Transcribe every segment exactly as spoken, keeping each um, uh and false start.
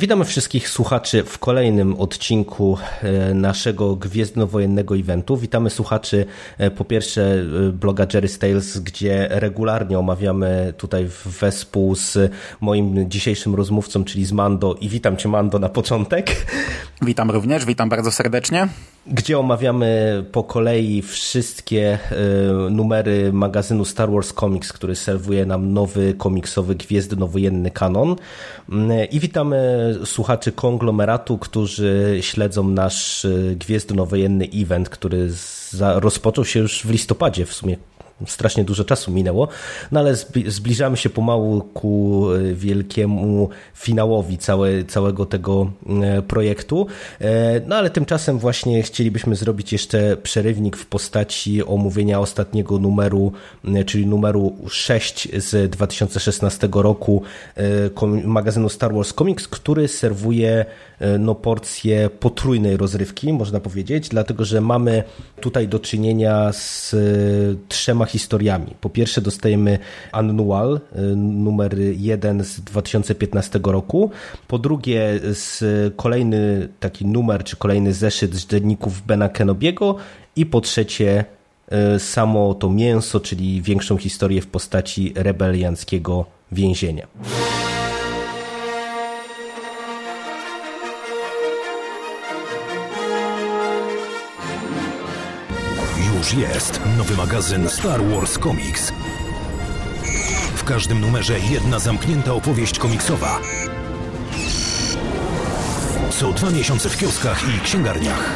Witamy wszystkich słuchaczy w kolejnym odcinku naszego gwiezdnowojennego eventu. Witamy słuchaczy po pierwsze bloga Jerry's Tales, gdzie regularnie omawiamy tutaj wespół z moim dzisiejszym rozmówcą, czyli z Mando. I witam Cię, Mando, na początek. Witam również, witam bardzo serdecznie. Gdzie omawiamy po kolei wszystkie numery magazynu Star Wars Comics, który serwuje nam nowy komiksowy gwiezdnowojenny kanon. I witamy słuchaczy konglomeratu, którzy śledzą nasz gwiezdnowojenny event, który za, rozpoczął się już w listopadzie, w sumie strasznie dużo czasu minęło, no ale zbliżamy się pomału ku wielkiemu finałowi całe, całego tego projektu. No ale tymczasem właśnie chcielibyśmy zrobić jeszcze przerywnik w postaci omówienia ostatniego numeru, czyli numeru sześć z dwa tysiące szesnastego roku magazynu Star Wars Comics, który serwuje no, porcję potrójnej rozrywki, można powiedzieć, dlatego że mamy tutaj do czynienia z trzema historiami. Po pierwsze dostajemy Annual, numer jeden z dwa tysiące piętnastego roku. Po drugie z kolejny taki numer, czy kolejny zeszyt z dzienników Bena Kenobiego. I po trzecie samo to mięso, czyli większą historię w postaci rebelianckiego więzienia. Już jest nowy magazyn Star Wars Comics. W każdym numerze jedna zamknięta opowieść komiksowa. Co dwa miesiące w kioskach i księgarniach.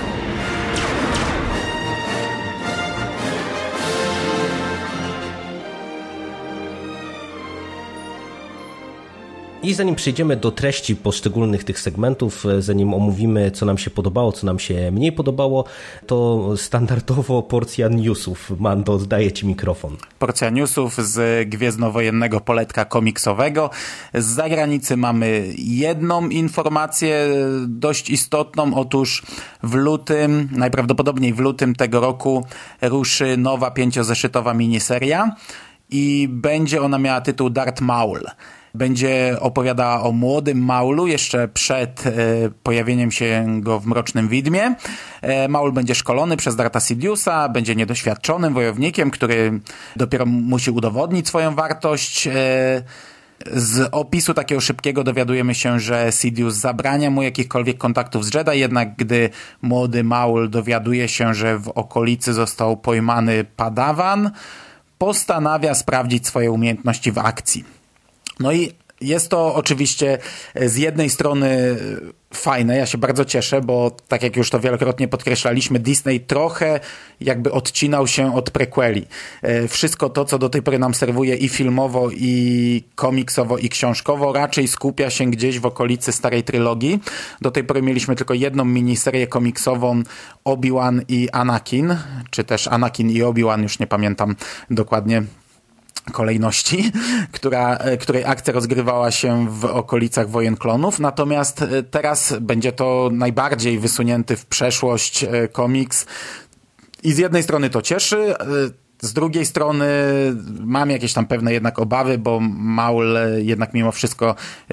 I zanim przejdziemy do treści poszczególnych tych segmentów, zanim omówimy, co nam się podobało, co nam się mniej podobało, to standardowo porcja newsów. Mando, oddaję Ci mikrofon. Porcja newsów z gwiezdnowojennego poletka komiksowego. Z zagranicy mamy jedną informację dość istotną. Otóż w lutym, najprawdopodobniej w lutym tego roku ruszy nowa pięciozeszytowa miniseria i będzie ona miała tytuł Darth Maul. Będzie opowiadała o młodym Maulu jeszcze przed e, pojawieniem się go w Mrocznym Widmie. E, Maul będzie szkolony przez Dartha Sidiousa, będzie niedoświadczonym wojownikiem, który dopiero musi udowodnić swoją wartość. E, z opisu takiego szybkiego dowiadujemy się, że Sidious zabrania mu jakichkolwiek kontaktów z Jedi, jednak gdy młody Maul dowiaduje się, że w okolicy został pojmany Padawan, postanawia sprawdzić swoje umiejętności w akcji. No i jest to oczywiście z jednej strony fajne, ja się bardzo cieszę, bo tak jak już to wielokrotnie podkreślaliśmy, Disney trochę jakby odcinał się od prequeli. Wszystko to, co do tej pory nam serwuje i filmowo, i komiksowo, i książkowo, raczej skupia się gdzieś w okolicy starej trylogii. Do tej pory mieliśmy tylko jedną miniserię komiksową, Obi-Wan i Anakin, czy też Anakin i Obi-Wan, już nie pamiętam dokładnie kolejności, która, której akcja rozgrywała się w okolicach Wojen Klonów. Natomiast teraz będzie to najbardziej wysunięty w przeszłość komiks i z jednej strony to cieszy, z drugiej strony mam jakieś tam pewne jednak obawy, bo Maul jednak mimo wszystko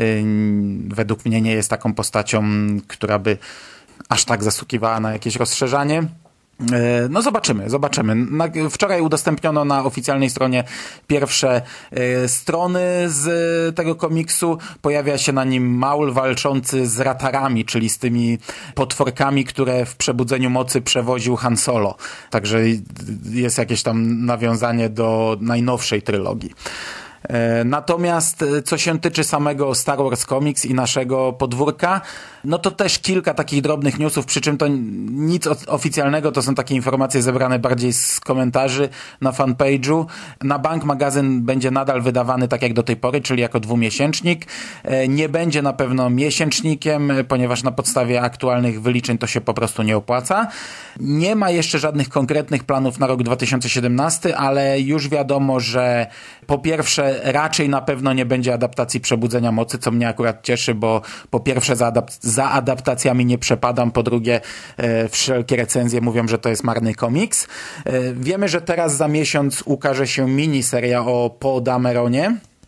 według mnie nie jest taką postacią, która by aż tak zasługiwała na jakieś rozszerzanie. No zobaczymy, zobaczymy. Na, wczoraj udostępniono na oficjalnej stronie pierwsze y, strony z tego komiksu. Pojawia się na nim Maul walczący z ratarami, czyli z tymi potworkami, które w Przebudzeniu Mocy przewoził Han Solo. Także jest jakieś tam nawiązanie do najnowszej trylogii. Natomiast co się tyczy samego Star Wars Comics i naszego podwórka, no to też kilka takich drobnych newsów, przy czym to nic oficjalnego, to są takie informacje zebrane bardziej z komentarzy na fanpage'u. Na bank magazyn będzie nadal wydawany tak jak do tej pory, czyli jako dwumiesięcznik. Nie będzie na pewno miesięcznikiem, ponieważ na podstawie aktualnych wyliczeń to się po prostu nie opłaca. Nie ma jeszcze żadnych konkretnych planów na rok dwa tysiące siedemnasty, ale już wiadomo, że po pierwsze raczej na pewno nie będzie adaptacji Przebudzenia Mocy, co mnie akurat cieszy, bo po pierwsze za, adap- za adaptacjami nie przepadam, po drugie e, wszelkie recenzje mówią, że to jest marny komiks. E, wiemy, że teraz za miesiąc ukaże się miniseria o Poe Dameronie,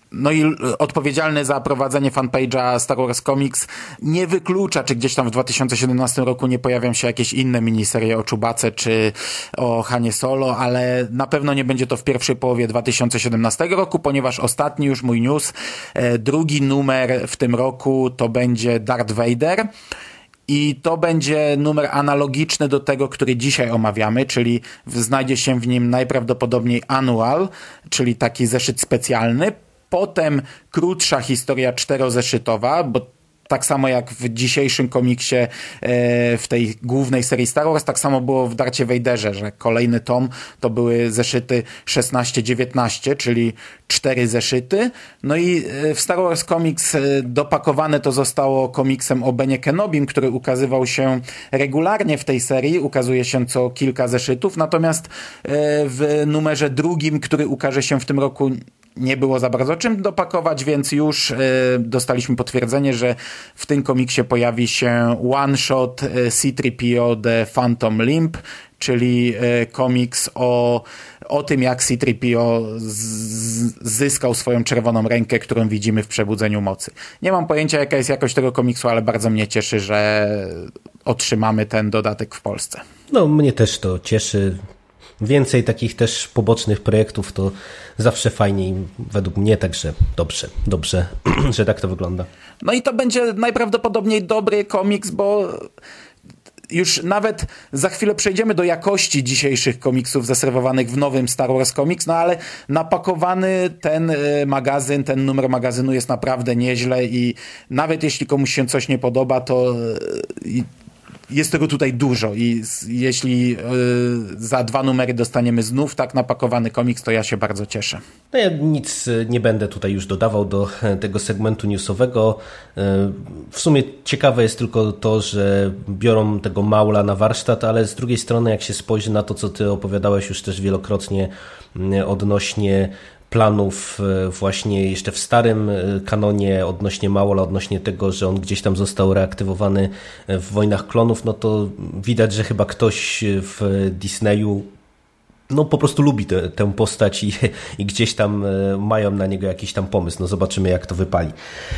No i odpowiedzialny za prowadzenie fanpage'a Star Wars Comics nie wyklucza, czy gdzieś tam w dwa tysiące siedemnastym roku nie pojawią się jakieś inne miniserie o Chewbacce czy o Hanie Solo, ale na pewno nie będzie to w pierwszej połowie dwa tysiące siedemnastego roku, ponieważ ostatni już mój news, drugi numer w tym roku to będzie Darth Vader. I to będzie numer analogiczny do tego, który dzisiaj omawiamy, czyli znajdzie się w nim najprawdopodobniej Annual, czyli taki zeszyt specjalny. Potem krótsza historia czterozeszytowa, bo tak samo jak w dzisiejszym komiksie e, w tej głównej serii Star Wars, tak samo było w Darcie Vaderze, że kolejny tom to były zeszyty szesnaście dziewiętnaście, czyli cztery zeszyty. No i w Star Wars Comics dopakowane to zostało komiksem o Benie Kenobim, który ukazywał się regularnie w tej serii, ukazuje się co kilka zeszytów, natomiast w numerze drugim, który ukaże się w tym roku, nie było za bardzo czym dopakować, więc już y, dostaliśmy potwierdzenie, że w tym komiksie pojawi się one-shot y, C trzy P O The Phantom Limb, czyli y, komiks o, o tym, jak C trzy P O z, zyskał swoją czerwoną rękę, którą widzimy w Przebudzeniu Mocy. Nie mam pojęcia, jaka jest jakość tego komiksu, ale bardzo mnie cieszy, że otrzymamy ten dodatek w Polsce. No, mnie też to cieszy. Więcej takich też pobocznych projektów to zawsze fajniej według mnie, także dobrze, dobrze, że tak to wygląda. No i to będzie najprawdopodobniej dobry komiks, bo już nawet za chwilę przejdziemy do jakości dzisiejszych komiksów zaserwowanych w nowym Star Wars Comics, no ale napakowany ten magazyn, ten numer magazynu jest naprawdę nieźle i nawet jeśli komuś się coś nie podoba, to jest tego tutaj dużo i jeśli yy, za dwa numery dostaniemy znów tak napakowany komiks, to ja się bardzo cieszę. No ja nic nie będę tutaj już dodawał do tego segmentu newsowego. W sumie ciekawe jest tylko to, że biorą tego Maula na warsztat, ale z drugiej strony jak się spojrzy na to, co ty opowiadałeś już też wielokrotnie odnośnie planów właśnie jeszcze w starym kanonie odnośnie Maula, odnośnie tego, że on gdzieś tam został reaktywowany w Wojnach Klonów, no to widać, że chyba ktoś w Disneyu no po prostu lubi te, tę postać i, i gdzieś tam mają na niego jakiś tam pomysł. No zobaczymy, jak to wypali.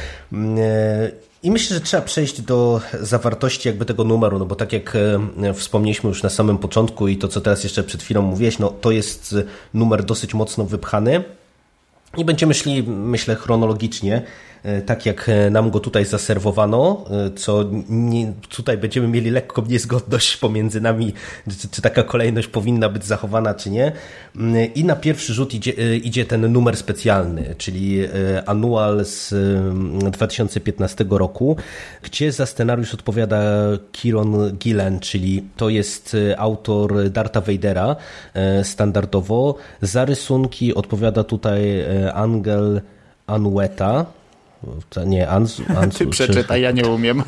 I myślę, że trzeba przejść do zawartości jakby tego numeru, no bo tak jak wspomnieliśmy już na samym początku i to, co teraz jeszcze przed chwilą mówiłeś, no to jest numer dosyć mocno wypchany i będziemy szli, myślę, chronologicznie, tak jak nam go tutaj zaserwowano, co nie, tutaj będziemy mieli lekką niezgodność pomiędzy nami, czy, czy taka kolejność powinna być zachowana, czy nie. I na pierwszy rzut idzie, idzie ten numer specjalny, czyli Annual z dwa tysiące piętnastego roku, gdzie za scenariusz odpowiada Kieron Gillen, czyli to jest autor Dartha Vadera standardowo. Za rysunki odpowiada tutaj Angel Anueta. Nie, Anzu, Anzu, Ty przeczytaj, czy... ja nie umiem.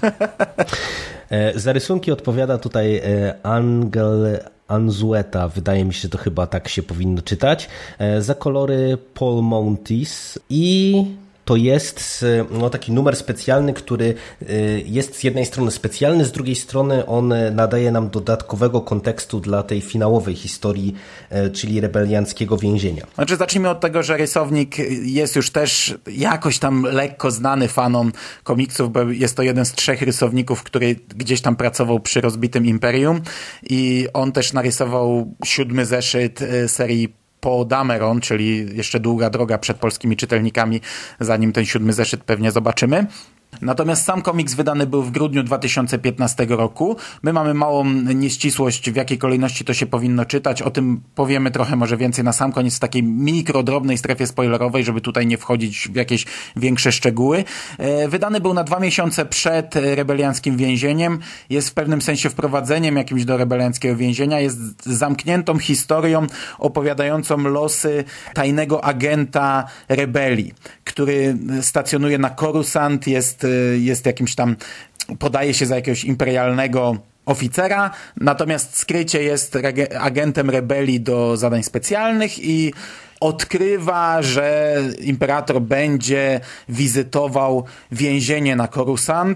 Za rysunki odpowiada tutaj Angel Anzueta, wydaje mi się, że to chyba tak się powinno czytać. Za kolory Paul Mountis i to jest no, taki numer specjalny, który jest z jednej strony specjalny, z drugiej strony on nadaje nam dodatkowego kontekstu dla tej finałowej historii, czyli rebelianckiego więzienia. Znaczy zacznijmy od tego, że rysownik jest już też jakoś tam lekko znany fanom komiksów, bo jest to jeden z trzech rysowników, który gdzieś tam pracował przy rozbitym Imperium i on też narysował siódmy zeszyt serii Poe Dameron, czyli jeszcze długa droga przed polskimi czytelnikami, zanim ten siódmy zeszyt pewnie zobaczymy. Natomiast sam komiks wydany był w grudniu dwa tysiące piętnastego roku. My mamy małą nieścisłość, w jakiej kolejności to się powinno czytać. O tym powiemy trochę może więcej na sam koniec w takiej mikro, drobnej strefie spoilerowej, żeby tutaj nie wchodzić w jakieś większe szczegóły. Wydany był na dwa miesiące przed rebelianckim więzieniem. Jest w pewnym sensie wprowadzeniem jakimś do rebelianckiego więzienia. Jest zamkniętą historią opowiadającą losy tajnego agenta rebelii, który stacjonuje na Coruscant, jest jest jakimś tam, podaje się za jakiegoś imperialnego oficera, natomiast skrycie jest agentem rebelii do zadań specjalnych i odkrywa, że imperator będzie wizytował więzienie na Coruscant.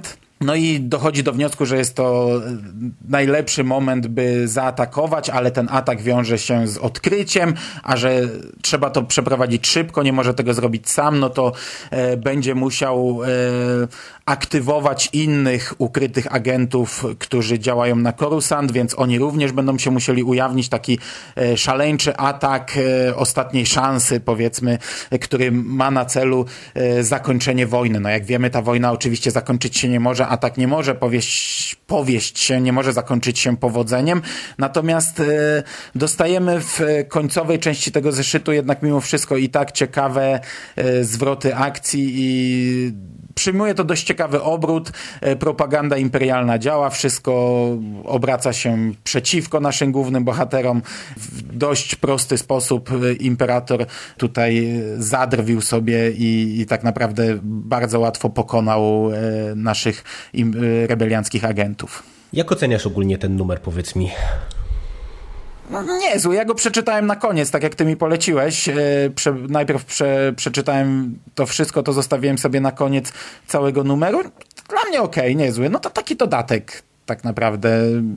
No i dochodzi do wniosku, że jest to najlepszy moment, by zaatakować, ale ten atak wiąże się z odkryciem, a że trzeba to przeprowadzić szybko, nie może tego zrobić sam, no to e, będzie musiał e, aktywować innych ukrytych agentów, którzy działają na Coruscant, więc oni również będą się musieli ujawnić. Taki e, szaleńczy atak e, ostatniej szansy, powiedzmy, e, który ma na celu e, zakończenie wojny. No jak wiemy, ta wojna oczywiście zakończyć się nie może, a tak nie może, powieść, powieść się nie może zakończyć się powodzeniem, natomiast e, dostajemy w końcowej części tego zeszytu jednak mimo wszystko i tak ciekawe e, zwroty akcji i przyjmuje to dość ciekawy obrót, e, propaganda imperialna działa, wszystko obraca się przeciwko naszym głównym bohaterom. W dość prosty sposób imperator tutaj zadrwił sobie i, i tak naprawdę bardzo łatwo pokonał e, naszych im, e, rebelianckich agentów. Jak oceniasz ogólnie ten numer, powiedz mi? No, niezły. Ja go przeczytałem na koniec, tak jak ty mi poleciłeś. Prze, najpierw prze, przeczytałem to wszystko, to zostawiłem sobie na koniec całego numeru. Dla mnie okej, okay, niezły. No to taki dodatek tak naprawdę.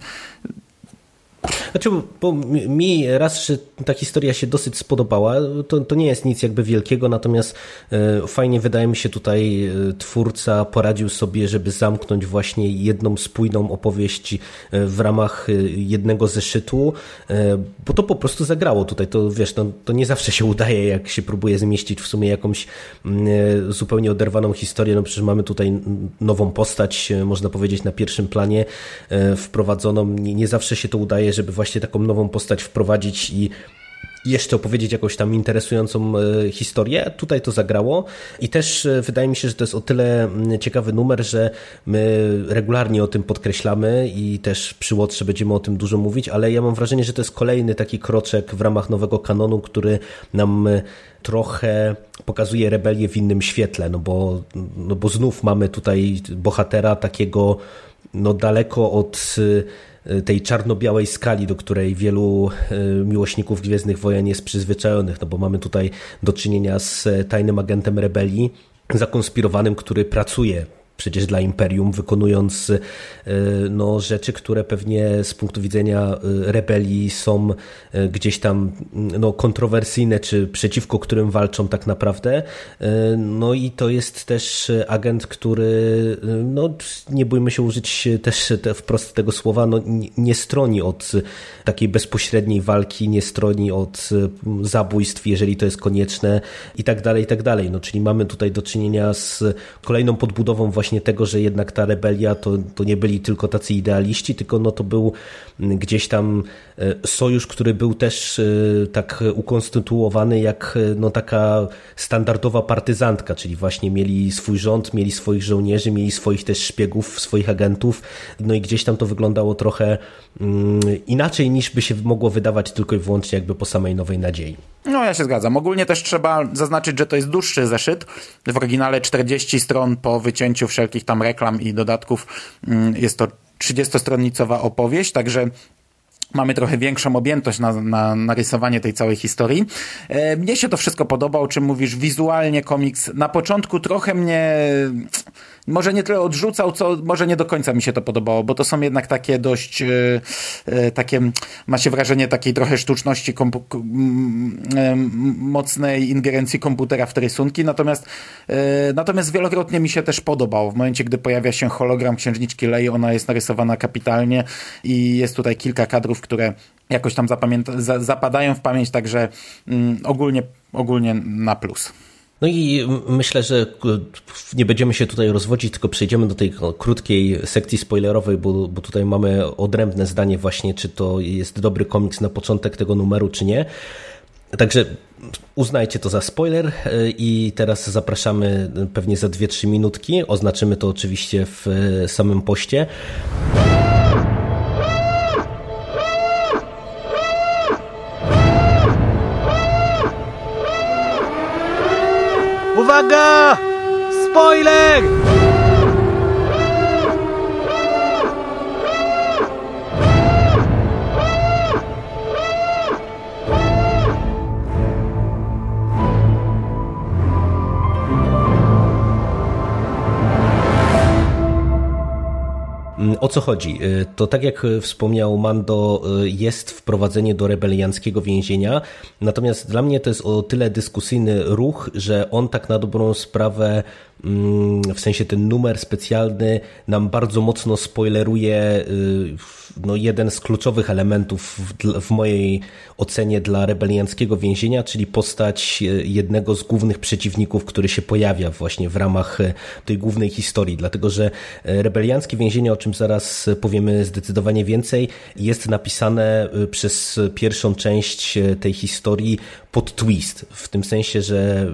Znaczy, bo mi raz, że ta historia się dosyć spodobała, to, to nie jest nic jakby wielkiego, natomiast e, fajnie wydaje mi się tutaj e, twórca poradził sobie, żeby zamknąć właśnie jedną spójną opowieść e, w ramach e, jednego zeszytu, e, bo to po prostu zagrało tutaj, to wiesz, no, to nie zawsze się udaje, jak się próbuje zmieścić w sumie jakąś e, zupełnie oderwaną historię, no przecież mamy tutaj nową postać, e, można powiedzieć na pierwszym planie e, wprowadzoną, nie, nie zawsze się to udaje, żeby właśnie taką nową postać wprowadzić i jeszcze opowiedzieć jakąś tam interesującą historię. Tutaj to zagrało i też wydaje mi się, że to jest o tyle ciekawy numer, że my regularnie o tym podkreślamy i też przy Łotrze będziemy o tym dużo mówić, ale ja mam wrażenie, że to jest kolejny taki kroczek w ramach nowego kanonu, który nam trochę pokazuje rebelię w innym świetle, no bo, no bo znów mamy tutaj bohatera takiego no daleko od tej czarno-białej skali, do której wielu miłośników Gwiezdnych Wojen jest przyzwyczajonych, no bo mamy tutaj do czynienia z tajnym agentem rebelii, zakonspirowanym, który pracuje przecież dla Imperium, wykonując no, rzeczy, które pewnie z punktu widzenia rebelii są gdzieś tam no, kontrowersyjne, czy przeciwko którym walczą tak naprawdę. No i to jest też agent, który, no, nie bójmy się użyć też te, wprost tego słowa, no, nie stroni od takiej bezpośredniej walki, nie stroni od zabójstw, jeżeli to jest konieczne i tak dalej, i tak dalej. No, czyli mamy tutaj do czynienia z kolejną podbudową właśnie właśnie tego, że jednak ta rebelia to, to nie byli tylko tacy idealiści, tylko no to był gdzieś tam sojusz, który był też tak ukonstytuowany jak no taka standardowa partyzantka, czyli właśnie mieli swój rząd, mieli swoich żołnierzy, mieli swoich też szpiegów, swoich agentów, no i gdzieś tam to wyglądało trochę inaczej niż by się mogło wydawać tylko i wyłącznie jakby po samej Nowej Nadziei. No ja się zgadzam. Ogólnie też trzeba zaznaczyć, że to jest dłuższy zeszyt. W oryginale czterdzieści stron po wycięciu wszelkich tam reklam i dodatków. Jest to trzydziestostronicowa opowieść, także mamy trochę większą objętość na, na narysowanie tej całej historii. E, mnie się to wszystko podoba, o czym mówisz. Wizualnie komiks na początku trochę mnie może nie tyle odrzucał, co może nie do końca mi się to podobało, bo to są jednak takie dość e, e, takie, ma się wrażenie takiej trochę sztuczności, kompu, e, mocnej ingerencji komputera w te rysunki, natomiast e, natomiast wielokrotnie mi się też podobał. W momencie, gdy pojawia się hologram księżniczki Lei, ona jest narysowana kapitalnie i jest tutaj kilka kadrów, które jakoś tam zapamięta, za, zapadają w pamięć, także mm, ogólnie, ogólnie na plus. No i myślę, że nie będziemy się tutaj rozwodzić, tylko przejdziemy do tej krótkiej sekcji spoilerowej, bo, bo tutaj mamy odrębne zdanie właśnie, czy to jest dobry komiks na początek tego numeru, czy nie. Także uznajcie to za spoiler i teraz zapraszamy pewnie za dwie trzy minutki. Oznaczymy to oczywiście w samym poście. Uwaga! Spoiler! O co chodzi? To tak jak wspomniał Mando, jest wprowadzenie do rebelianckiego więzienia, natomiast dla mnie to jest o tyle dyskusyjny ruch, że on tak na dobrą sprawę, w sensie ten numer specjalny nam bardzo mocno spoileruje no, jeden z kluczowych elementów w, w mojej ocenie dla rebelianckiego więzienia, czyli postać jednego z głównych przeciwników, który się pojawia właśnie w ramach tej głównej historii, dlatego że rebelianckie więzienie, o czym zaraz powiemy zdecydowanie więcej, jest napisane przez pierwszą część tej historii pod twist, w tym sensie, że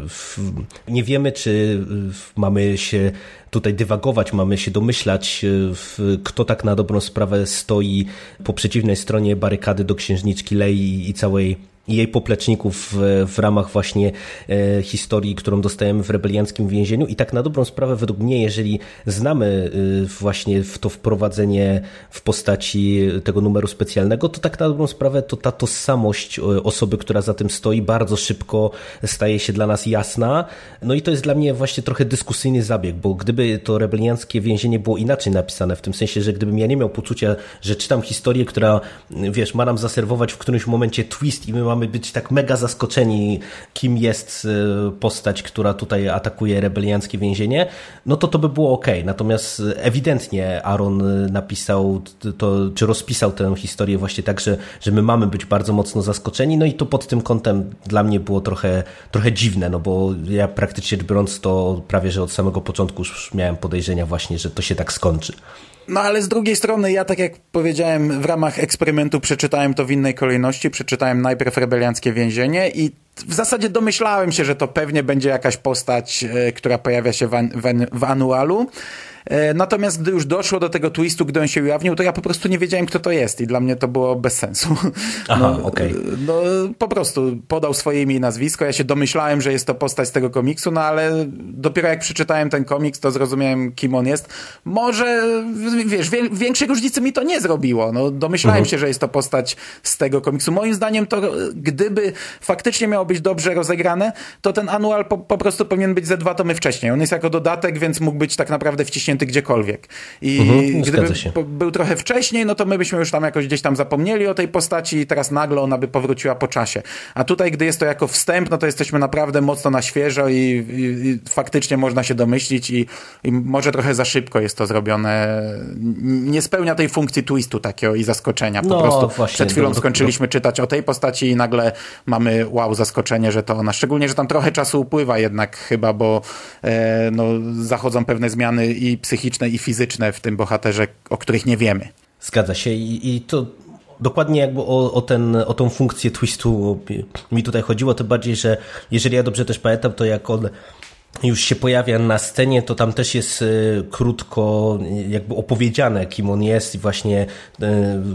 nie wiemy, czy mamy się tutaj dywagować, mamy się domyślać, kto tak na dobrą sprawę stoi po przeciwnej stronie barykady do księżniczki Lei i całej i jej popleczników w, w ramach właśnie e, historii, którą dostajemy w rebelianckim więzieniu. I tak na dobrą sprawę według mnie, jeżeli znamy e, właśnie w to wprowadzenie w postaci tego numeru specjalnego, to tak na dobrą sprawę to ta tożsamość osoby, która za tym stoi, bardzo szybko staje się dla nas jasna. No i to jest dla mnie właśnie trochę dyskusyjny zabieg, bo gdyby to rebelianckie więzienie było inaczej napisane, w tym sensie, że gdybym ja nie miał poczucia, że czytam historię, która, wiesz, ma nam zaserwować w którymś momencie twist i my mamy być tak mega zaskoczeni, kim jest postać, która tutaj atakuje rebelianckie więzienie, no to to by było okej. Natomiast ewidentnie Aaron napisał to, czy rozpisał tę historię właśnie tak, że, że my mamy być bardzo mocno zaskoczeni, no i to pod tym kątem dla mnie było trochę, trochę dziwne, no bo ja praktycznie biorąc to prawie, że od samego początku już miałem podejrzenia właśnie, że to się tak skończy. No ale z drugiej strony ja, tak jak powiedziałem, w ramach eksperymentu przeczytałem to w innej kolejności. Przeczytałem najpierw Rebelianckie więzienie i w zasadzie domyślałem się, że to pewnie będzie jakaś postać, e, która pojawia się w, an, w, w anualu. E, natomiast gdy już doszło do tego twistu, gdy on się ujawnił, to ja po prostu nie wiedziałem, kto to jest i dla mnie to było bez sensu. Aha, no, okej. Okay. No po prostu podał swoje imię i nazwisko. Ja się domyślałem, że jest to postać z tego komiksu, no ale dopiero jak przeczytałem ten komiks, to zrozumiałem, kim on jest. Może, wiesz, wie, większej różnicy mi to nie zrobiło. No domyślałem mhm. się, że jest to postać z tego komiksu. Moim zdaniem to, gdyby faktycznie miało być dobrze rozegrane, to ten anual po, po prostu powinien być ze dwa tomy wcześniej. On jest jako dodatek, więc mógł być tak naprawdę wciśnięty gdziekolwiek. I mhm, gdyby był trochę wcześniej, no to my byśmy już tam jakoś gdzieś tam zapomnieli o tej postaci i teraz nagle ona by powróciła po czasie. A tutaj, gdy jest to jako wstęp, no to jesteśmy naprawdę mocno na świeżo i, i, i faktycznie można się domyślić i, i może trochę za szybko jest to zrobione. Nie spełnia tej funkcji twistu takiego i zaskoczenia. Po no, prostu właśnie, przed chwilą do, do, skończyliśmy do... czytać o tej postaci i nagle mamy wow, zaskoczenie, że to ona. Szczególnie, że tam trochę czasu upływa jednak chyba, bo e, no, zachodzą pewne zmiany i psychiczne i fizyczne w tym bohaterze, o których nie wiemy. Zgadza się i, i to dokładnie jakby o, o, ten, o tą funkcję twistu mi tutaj chodziło, tym bardziej, że jeżeli ja dobrze też pamiętam, to jak on już się pojawia na scenie, to tam też jest y, krótko jakby opowiedziane, kim on jest i właśnie y,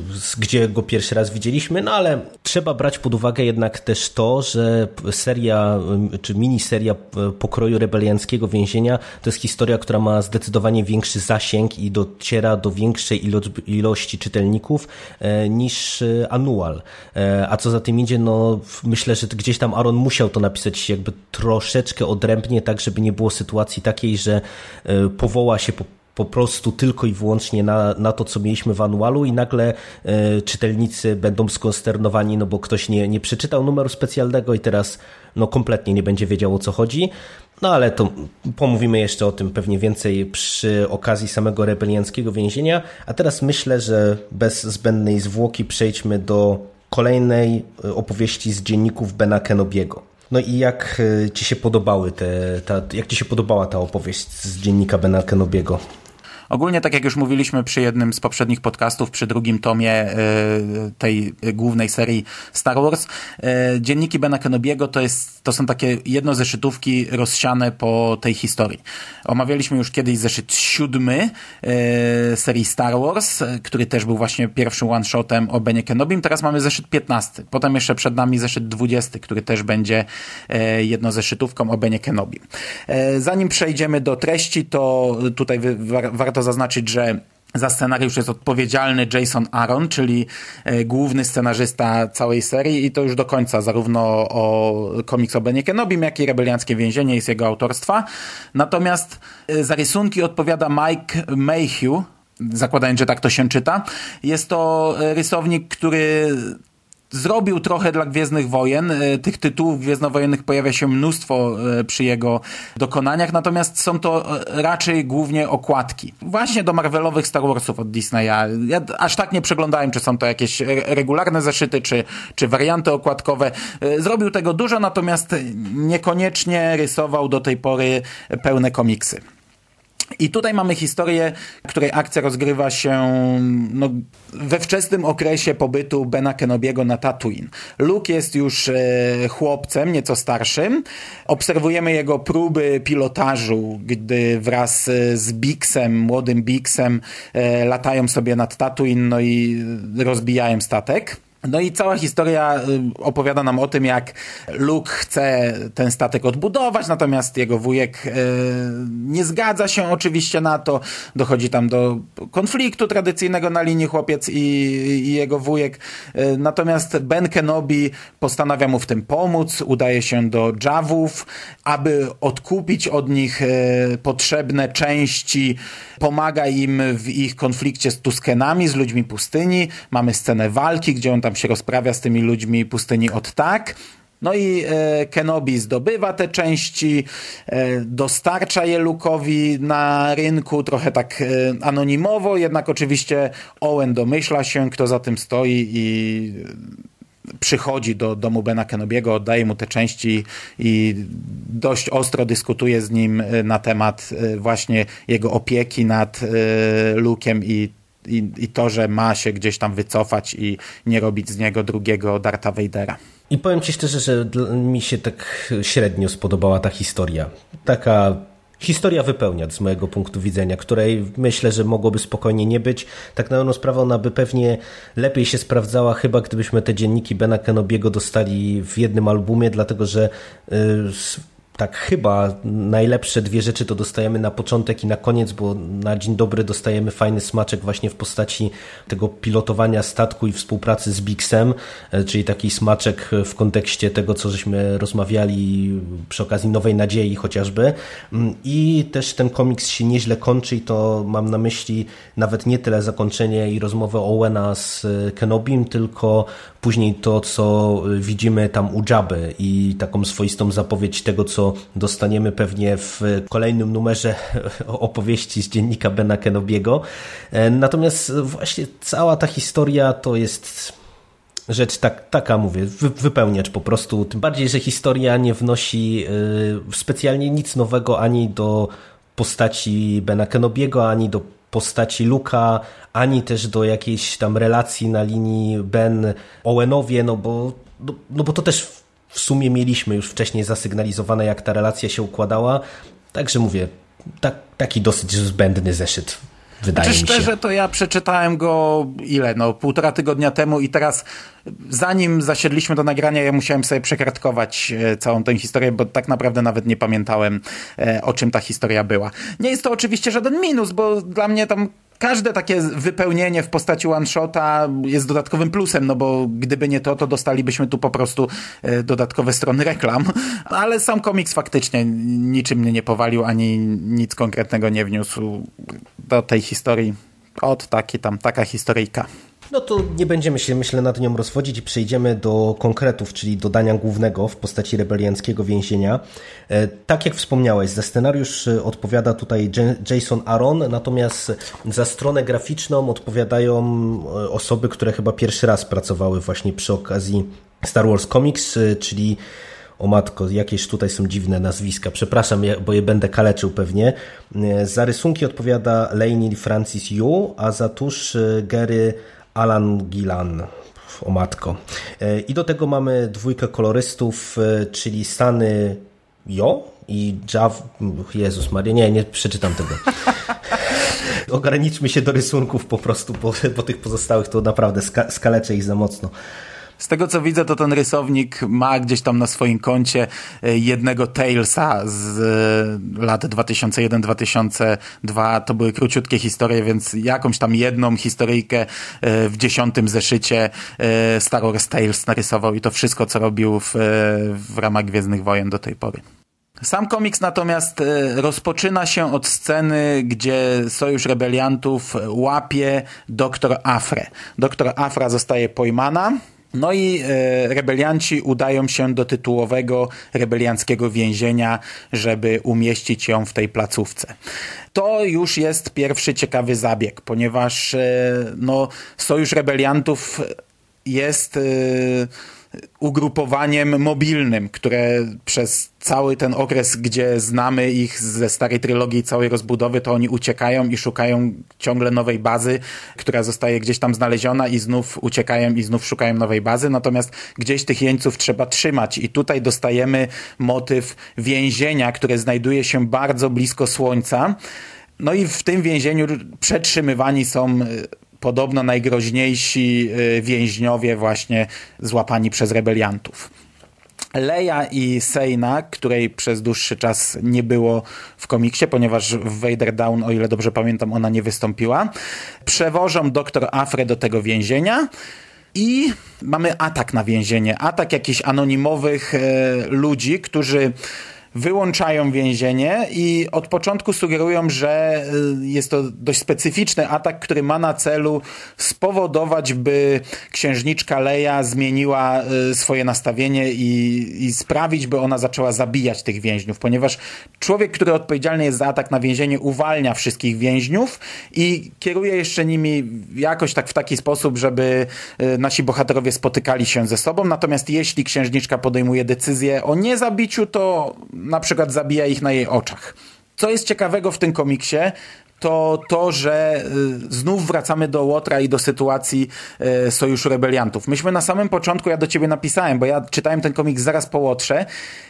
gdzie go pierwszy raz widzieliśmy, no ale trzeba brać pod uwagę jednak też to, że seria, czy miniseria pokroju rebelianckiego więzienia to jest historia, która ma zdecydowanie większy zasięg i dociera do większej ilo ilości czytelników y, niż anual. Y, a co za tym idzie, no myślę, że gdzieś tam Aaron musiał to napisać jakby troszeczkę odrębnie, tak żeby nie było sytuacji takiej, że powoła się po, po prostu tylko i wyłącznie na, na to, co mieliśmy w anualu i nagle y, czytelnicy będą skonsternowani, no bo ktoś nie, nie przeczytał numeru specjalnego i teraz no kompletnie nie będzie wiedział, o co chodzi. No ale to pomówimy jeszcze o tym pewnie więcej przy okazji samego rebelianckiego więzienia, a teraz myślę, że bez zbędnej zwłoki przejdźmy do kolejnej opowieści z dzienników Bena Kenobiego. No i jak ci się podobały te, ta, jak ci się podobała ta opowieść z dziennika Bena Kenobiego? Ogólnie, tak jak już mówiliśmy przy jednym z poprzednich podcastów, przy drugim tomie tej głównej serii Star Wars, dzienniki Bena Kenobiego to, jest, to są takie jednozeszytówki rozsiane po tej historii. Omawialiśmy już kiedyś zeszyt siódmy serii Star Wars, który też był właśnie pierwszym one-shotem o Benie Kenobim. Teraz mamy zeszyt piętnasty. Potem jeszcze przed nami zeszyt dwudziesty, który też będzie jednozeszytówką o Benie Kenobim. Zanim przejdziemy do treści, to tutaj warto zaznaczyć, że za scenariusz jest odpowiedzialny Jason Aaron, czyli główny scenarzysta całej serii i to już do końca zarówno o komiks o Benie Kenobim, jak i Rebelianckie więzienie jest jego autorstwa. Natomiast za rysunki odpowiada Mike Mayhew, zakładając, że tak to się czyta. Jest to rysownik, który zrobił trochę dla Gwiezdnych Wojen. Tych tytułów gwiezdnowojennych pojawia się mnóstwo przy jego dokonaniach, natomiast są to raczej głównie okładki. Właśnie do Marvelowych Star Warsów od Disneya. Ja aż tak nie przeglądałem, czy są to jakieś regularne zeszyty, czy, czy warianty okładkowe. Zrobił tego dużo, natomiast niekoniecznie rysował do tej pory pełne komiksy. I tutaj mamy historię, której akcja rozgrywa się no, we wczesnym okresie pobytu Bena Kenobiego na Tatooine. Luke jest już e, chłopcem, nieco starszym. Obserwujemy jego próby pilotażu, gdy wraz z Bixem, młodym Bixem, e, latają sobie nad Tatooine, no i rozbijają statek. No i cała historia opowiada nam o tym, jak Luke chce ten statek odbudować, natomiast jego wujek e, nie zgadza się oczywiście na to. Dochodzi tam do konfliktu tradycyjnego na linii chłopiec i, i jego wujek. E, natomiast Ben Kenobi postanawia mu w tym pomóc. Udaje się do Javów, aby odkupić od nich e, potrzebne części. Pomaga im w ich konflikcie z Tuskenami, z ludźmi pustyni. Mamy scenę walki, gdzie on tam się rozprawia z tymi ludźmi pustyni od tak. No i e, Kenobi zdobywa te części, e, dostarcza je Luke'owi na rynku, trochę tak e, anonimowo, jednak oczywiście Owen domyśla się, kto za tym stoi i przychodzi do domu Bena Kenobiego, oddaje mu te części i dość ostro dyskutuje z nim na temat właśnie jego opieki nad Luke'em i, i, i to, że ma się gdzieś tam wycofać i nie robić z niego drugiego Dartha Vadera. I powiem ci szczerze, że mi się tak średnio spodobała ta historia. Taka historia wypełniacz z mojego punktu widzenia, której myślę, że mogłoby spokojnie nie być. Tak na pewno sprawę ona by pewnie lepiej się sprawdzała, chyba gdybyśmy te dzienniki Bena Kenobiego dostali w jednym albumie, dlatego że yy, tak chyba najlepsze dwie rzeczy to dostajemy na początek i na koniec, bo na dzień dobry dostajemy fajny smaczek właśnie w postaci tego pilotowania statku i współpracy z Bixem, czyli taki smaczek w kontekście tego, co żeśmy rozmawiali przy okazji Nowej Nadziei chociażby. I też ten komiks się nieźle kończy i to mam na myśli nawet nie tyle zakończenie i rozmowę Owena z Kenobim, tylko później to, co widzimy tam u Jabby i taką swoistą zapowiedź tego, co dostaniemy pewnie w kolejnym numerze opowieści z dziennika Bena Kenobiego. Natomiast właśnie cała ta historia to jest rzecz tak, taka, mówię, wy, wypełniacz po prostu. Tym bardziej, że historia nie wnosi specjalnie nic nowego ani do postaci Bena Kenobiego, ani do postaci Luke'a, ani też do jakiejś tam relacji na linii Ben-Owenowie, no bo, no, no bo to też w sumie mieliśmy już wcześniej zasygnalizowane, jak ta relacja się układała. Także mówię, tak, taki dosyć zbędny zeszyt, wydaje znaczy, mi się. Szczerze, to ja przeczytałem go ile? No półtora tygodnia temu i teraz zanim zasiedliśmy do nagrania, ja musiałem sobie przekartkować całą tę historię, bo tak naprawdę nawet nie pamiętałem, o czym ta historia była. Nie jest to oczywiście żaden minus, bo dla mnie tam każde takie wypełnienie w postaci one-shota jest dodatkowym plusem, no bo gdyby nie to, to dostalibyśmy tu po prostu dodatkowe strony reklam, ale sam komiks faktycznie niczym mnie nie powalił, ani nic konkretnego nie wniósł do tej historii. Od taki tam, taka historyjka. No to nie będziemy się, myślę, nad nią rozwodzić i przejdziemy do konkretów, czyli dodania głównego w postaci rebelianckiego więzienia. Tak jak wspomniałeś, za scenariusz odpowiada tutaj Jason Aaron, natomiast za stronę graficzną odpowiadają osoby, które chyba pierwszy raz pracowały właśnie przy okazji Star Wars Comics, czyli o matko, jakieś tutaj są dziwne nazwiska. Przepraszam, bo je będę kaleczył pewnie. Za rysunki odpowiada Lainey Francis Yu, a za tusz Gary Alan Gillan. O matko. I do tego mamy dwójkę kolorystów, czyli Sunny Jo i Jav... Jezus Maria, nie, nie przeczytam tego. Ograniczmy się do rysunków po prostu, bo, bo tych pozostałych to naprawdę ska- skaleczę ich za mocno. Z tego co widzę, to ten rysownik ma gdzieś tam na swoim koncie jednego Talesa z lat dwa tysiące jeden do dwa tysiące dwa. To były króciutkie historie, więc jakąś tam jedną historyjkę w dziesiątym zeszycie Star Wars Tales narysował i to wszystko, co robił w, w ramach Gwiezdnych Wojen do tej pory. Sam komiks natomiast rozpoczyna się od sceny, gdzie Sojusz Rebeliantów łapie doktor Afrę. Doktor Afra zostaje pojmana, no i e, rebelianci udają się do tytułowego rebelianckiego więzienia, żeby umieścić ją w tej placówce. To już jest pierwszy ciekawy zabieg, ponieważ e, no, Sojusz Rebeliantów jest... E, ugrupowaniem mobilnym, które przez cały ten okres, gdzie znamy ich ze starej trylogii, całej rozbudowy, to oni uciekają i szukają ciągle nowej bazy, która zostaje gdzieś tam znaleziona i znów uciekają i znów szukają nowej bazy, natomiast gdzieś tych jeńców trzeba trzymać i tutaj dostajemy motyw więzienia, które znajduje się bardzo blisko Słońca. No i w tym więzieniu przetrzymywani są podobno najgroźniejsi więźniowie właśnie złapani przez rebeliantów. Leia i Seyna, której przez dłuższy czas nie było w komiksie, ponieważ w Vader Down, o ile dobrze pamiętam, ona nie wystąpiła, przewożą doktor Afrę do tego więzienia i mamy atak na więzienie. Atak jakichś anonimowych e, ludzi, którzy wyłączają więzienie i od początku sugerują, że jest to dość specyficzny atak, który ma na celu spowodować, by księżniczka Leia zmieniła swoje nastawienie i, i sprawić, by ona zaczęła zabijać tych więźniów, ponieważ człowiek, który odpowiedzialny jest za atak na więzienie, uwalnia wszystkich więźniów i kieruje jeszcze nimi jakoś tak w taki sposób, żeby nasi bohaterowie spotykali się ze sobą, natomiast jeśli księżniczka podejmuje decyzję o niezabiciu, to na przykład zabija ich na jej oczach. Co jest ciekawego w tym komiksie, to to, że y, znów wracamy do Łotra i do sytuacji y, Sojuszu Rebeliantów. Myśmy na samym początku, ja do ciebie napisałem, bo ja czytałem ten komiks zaraz po Łotrze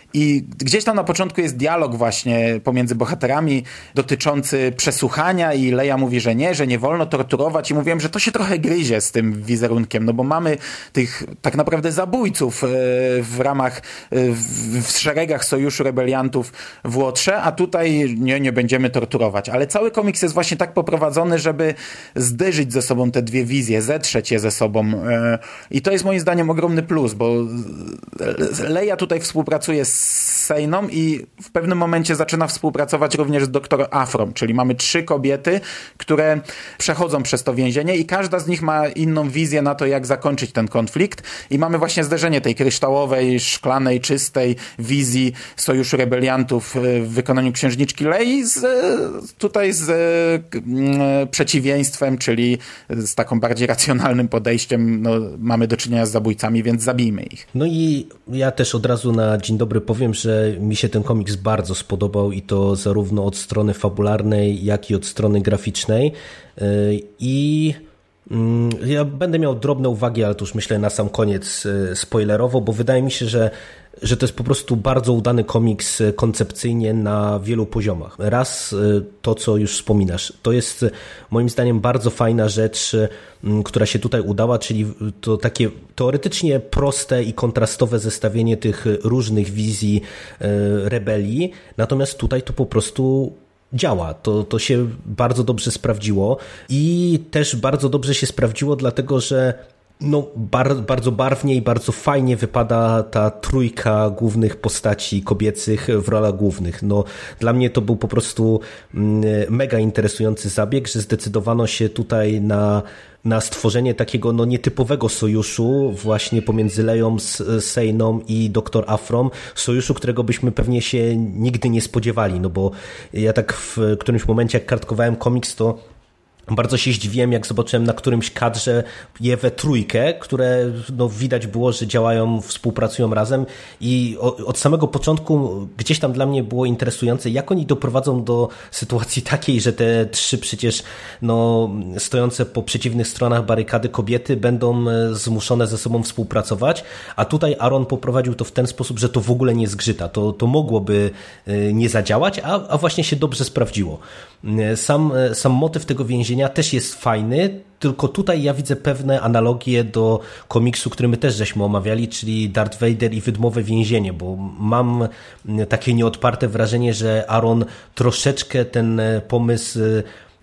i gdzieś tam na początku jest dialog właśnie pomiędzy bohaterami dotyczący przesłuchania i Leia mówi, że nie, że nie wolno torturować i mówiłem, że to się trochę gryzie z tym wizerunkiem, no bo mamy tych tak naprawdę zabójców y, w ramach, y, w, w szeregach Sojuszu Rebeliantów w Łotrze, a tutaj nie, nie będziemy torturować. Ale cały komiks jest właśnie tak poprowadzony, żeby zderzyć ze sobą te dwie wizje, zetrzeć je ze sobą. I to jest moim zdaniem ogromny plus, bo Leia tutaj współpracuje z Seyną i w pewnym momencie zaczyna współpracować również z doktor Afrą, czyli mamy trzy kobiety, które przechodzą przez to więzienie i każda z nich ma inną wizję na to, jak zakończyć ten konflikt i mamy właśnie zderzenie tej kryształowej, szklanej, czystej wizji Sojuszu Rebeliantów w wykonaniu księżniczki Lei z, tutaj z e, przeciwieństwem, czyli z taką bardziej racjonalnym podejściem, no, mamy do czynienia z zabójcami, więc zabijmy ich. No i ja też od razu na dzień dobry powiem, że mi się ten komiks bardzo spodobał i to zarówno od strony fabularnej, jak i od strony graficznej i ja będę miał drobne uwagi, ale to już myślę na sam koniec spoilerowo, bo wydaje mi się, że że to jest po prostu bardzo udany komiks koncepcyjnie na wielu poziomach. Raz to, co już wspominasz, to jest moim zdaniem bardzo fajna rzecz, która się tutaj udała, czyli to takie teoretycznie proste i kontrastowe zestawienie tych różnych wizji rebelii, natomiast tutaj to po prostu działa. To, to się bardzo dobrze sprawdziło i też bardzo dobrze się sprawdziło, dlatego że no, bar, bardzo barwnie i bardzo fajnie wypada ta trójka głównych postaci kobiecych w rolach głównych. No, dla mnie to był po prostu mega interesujący zabieg, że zdecydowano się tutaj na, na stworzenie takiego no, nietypowego sojuszu właśnie pomiędzy Leją, Seyną i doktor Afrą. Sojuszu, którego byśmy pewnie się nigdy nie spodziewali, no bo ja tak w którymś momencie, jak kartkowałem komiks, to bardzo się zdziwiłem, jak zobaczyłem na którymś kadrze je we trójkę, które no, widać było, że działają, współpracują razem i od samego początku gdzieś tam dla mnie było interesujące, jak oni doprowadzą do sytuacji takiej, że te trzy przecież no, stojące po przeciwnych stronach barykady kobiety będą zmuszone ze sobą współpracować, a tutaj Aaron poprowadził to w ten sposób, że to w ogóle nie zgrzyta. To, to mogłoby nie zadziałać, a, a właśnie się dobrze sprawdziło. Sam, sam motyw tego więzienia też jest fajny, tylko tutaj ja widzę pewne analogie do komiksu, który my też żeśmy omawiali, czyli Darth Vader i Wydmowe więzienie, bo mam takie nieodparte wrażenie, że Aaron troszeczkę ten pomysł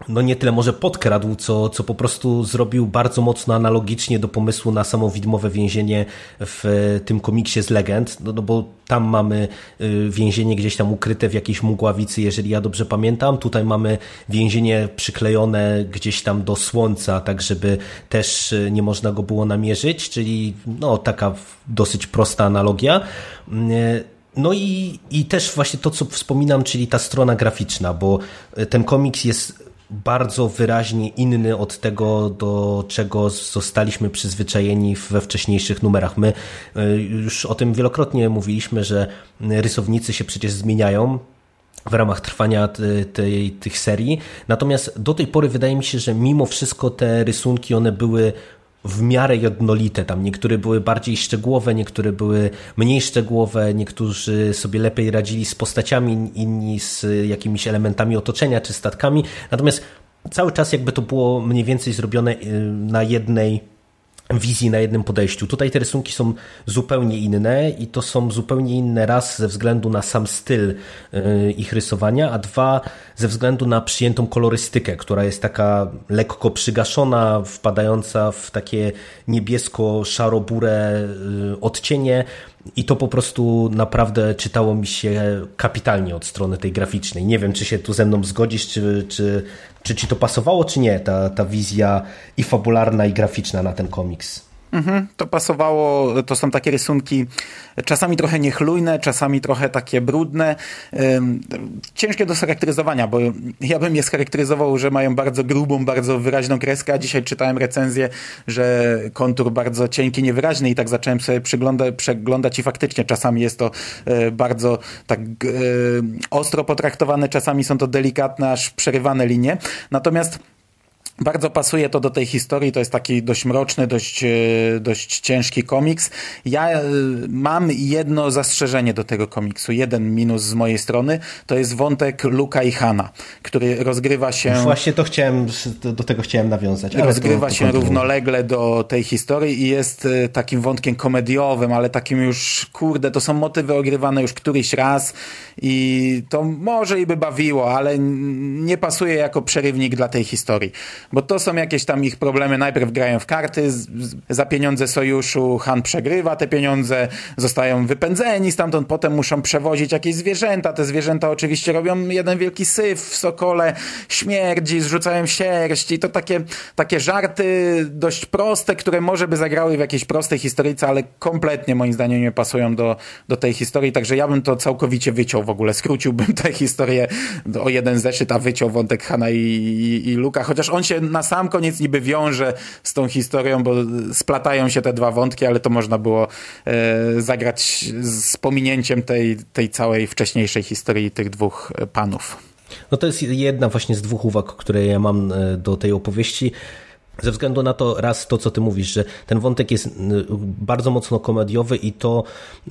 no nie tyle może podkradł, co, co po prostu zrobił bardzo mocno analogicznie do pomysłu na samo widmowe więzienie w tym komiksie z Legend, no, no bo tam mamy więzienie gdzieś tam ukryte w jakiejś mgławicy, jeżeli ja dobrze pamiętam. Tutaj mamy więzienie przyklejone gdzieś tam do słońca, tak żeby też nie można go było namierzyć, czyli no taka dosyć prosta analogia. No i, i też właśnie to, co wspominam, czyli ta strona graficzna, bo ten komiks jest bardzo wyraźnie inny od tego, do czego zostaliśmy przyzwyczajeni we wcześniejszych numerach. My już o tym wielokrotnie mówiliśmy, że rysownicy się przecież zmieniają w ramach trwania tej, tych serii, natomiast do tej pory wydaje mi się, że mimo wszystko te rysunki, one były w miarę jednolite. Tam niektóre były bardziej szczegółowe, niektóre były mniej szczegółowe, niektórzy sobie lepiej radzili z postaciami, inni z jakimiś elementami otoczenia czy statkami. Natomiast cały czas jakby to było mniej więcej zrobione na jednej wizji, na jednym podejściu. Tutaj te rysunki są zupełnie inne i to są zupełnie inne raz ze względu na sam styl ich rysowania, a dwa ze względu na przyjętą kolorystykę, która jest taka lekko przygaszona, wpadająca w takie niebiesko-szaro-burę odcienie i to po prostu naprawdę czytało mi się kapitalnie od strony tej graficznej. Nie wiem, czy się tu ze mną zgodzisz, czy, czy, czy ci to pasowało, czy nie, ta, ta wizja i fabularna, i graficzna na ten komiks. Mhm, to pasowało, to są takie rysunki czasami trochę niechlujne, czasami trochę takie brudne, ciężkie do scharakteryzowania, bo ja bym je scharakteryzował, że mają bardzo grubą, bardzo wyraźną kreskę, a dzisiaj czytałem recenzję, że kontur bardzo cienki, niewyraźny i tak zacząłem sobie przyglądać, przeglądać i faktycznie czasami jest to bardzo tak ostro potraktowane, czasami są to delikatne, aż przerywane linie, natomiast bardzo pasuje to do tej historii, to jest taki dość mroczny, dość, dość ciężki komiks. Ja mam jedno zastrzeżenie do tego komiksu, jeden minus z mojej strony, to jest wątek Luka i Hana, który rozgrywa się... Właśnie to chciałem, do tego chciałem nawiązać. Ale rozgrywa to, to się równolegle do tej historii i jest takim wątkiem komediowym, ale takim już, kurde, to są motywy ogrywane już któryś raz i to może i by bawiło, ale nie pasuje jako przerywnik dla tej historii. Bo to są jakieś tam ich problemy. Najpierw grają w karty, z, z, za pieniądze sojuszu Han przegrywa, te pieniądze zostają wypędzeni stamtąd, potem muszą przewozić jakieś zwierzęta. Te zwierzęta oczywiście robią jeden wielki syf w Sokole, śmierdzi, zrzucają sierść i to takie, takie żarty dość proste, które może by zagrały w jakiejś prostej historyjce, ale kompletnie moim zdaniem nie pasują do, do tej historii, także ja bym to całkowicie wyciął w ogóle. Skróciłbym tę historię o jeden zeszyt, a wyciął wątek Hana i, i, i Luka, chociaż on się na sam koniec niby wiąże z tą historią, bo splatają się te dwa wątki, ale to można było e, zagrać z pominięciem tej, tej całej wcześniejszej historii tych dwóch panów. No to jest jedna właśnie z dwóch uwag, które ja mam do tej opowieści. Ze względu na to, raz to, co ty mówisz, że ten wątek jest bardzo mocno komediowy i to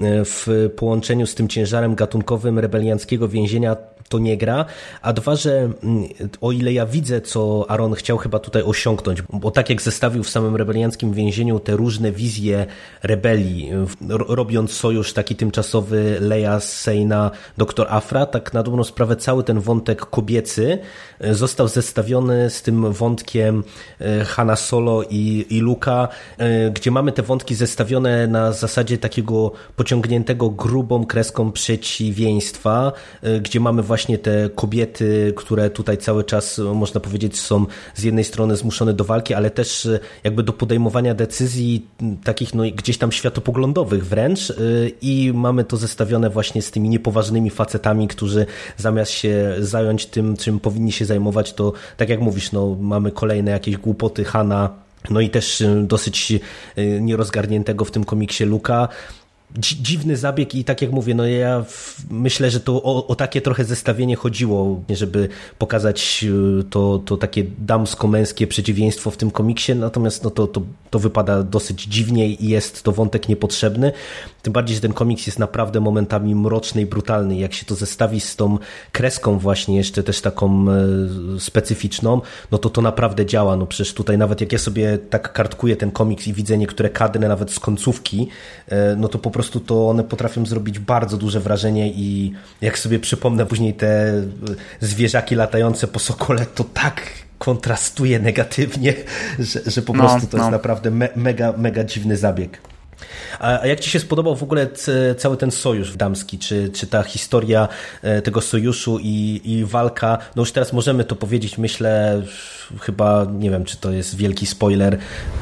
w połączeniu z tym ciężarem gatunkowym rebelianckiego więzienia to nie gra, a dwa, że o ile ja widzę, co Aaron chciał chyba tutaj osiągnąć, bo tak jak zestawił w samym rebelianckim więzieniu te różne wizje rebelii, robiąc sojusz taki tymczasowy Leia, Seyna, doktor Afra, tak na dobrą sprawę cały ten wątek kobiecy został zestawiony z tym wątkiem Hana Solo i, i Luka, gdzie mamy te wątki zestawione na zasadzie takiego pociągniętego grubą kreską przeciwieństwa, gdzie mamy właśnie te kobiety, które tutaj cały czas, można powiedzieć, są z jednej strony zmuszone do walki, ale też jakby do podejmowania decyzji takich no, gdzieś tam światopoglądowych wręcz i mamy to zestawione właśnie z tymi niepoważnymi facetami, którzy zamiast się zająć tym, czym powinni się zajmować, to tak jak mówisz, no mamy kolejne jakieś głupoty Hana, no i też dosyć nierozgarniętego w tym komiksie Luka. Dziwny zabieg i tak jak mówię, no ja myślę, że to o, o takie trochę zestawienie chodziło, żeby pokazać to, to takie damsko-męskie przeciwieństwo w tym komiksie, natomiast no to, to, to wypada dosyć dziwnie i jest to wątek niepotrzebny, tym bardziej, że ten komiks jest naprawdę momentami mroczny i brutalny, jak się to zestawi z tą kreską właśnie jeszcze też taką specyficzną, no to to naprawdę działa, no przecież tutaj nawet jak ja sobie tak kartkuję ten komiks i widzę niektóre kadry nawet z końcówki, no to po prostu prostu to one potrafią zrobić bardzo duże wrażenie i jak sobie przypomnę później te zwierzaki latające po Sokole, to tak kontrastuje negatywnie, że, że po prostu no, to no. jest naprawdę me, mega, mega dziwny zabieg. A jak ci się spodobał w ogóle cały ten sojusz damski, czy, czy ta historia tego sojuszu i, i walka? No już teraz możemy to powiedzieć, myślę, chyba, nie wiem, czy to jest wielki spoiler.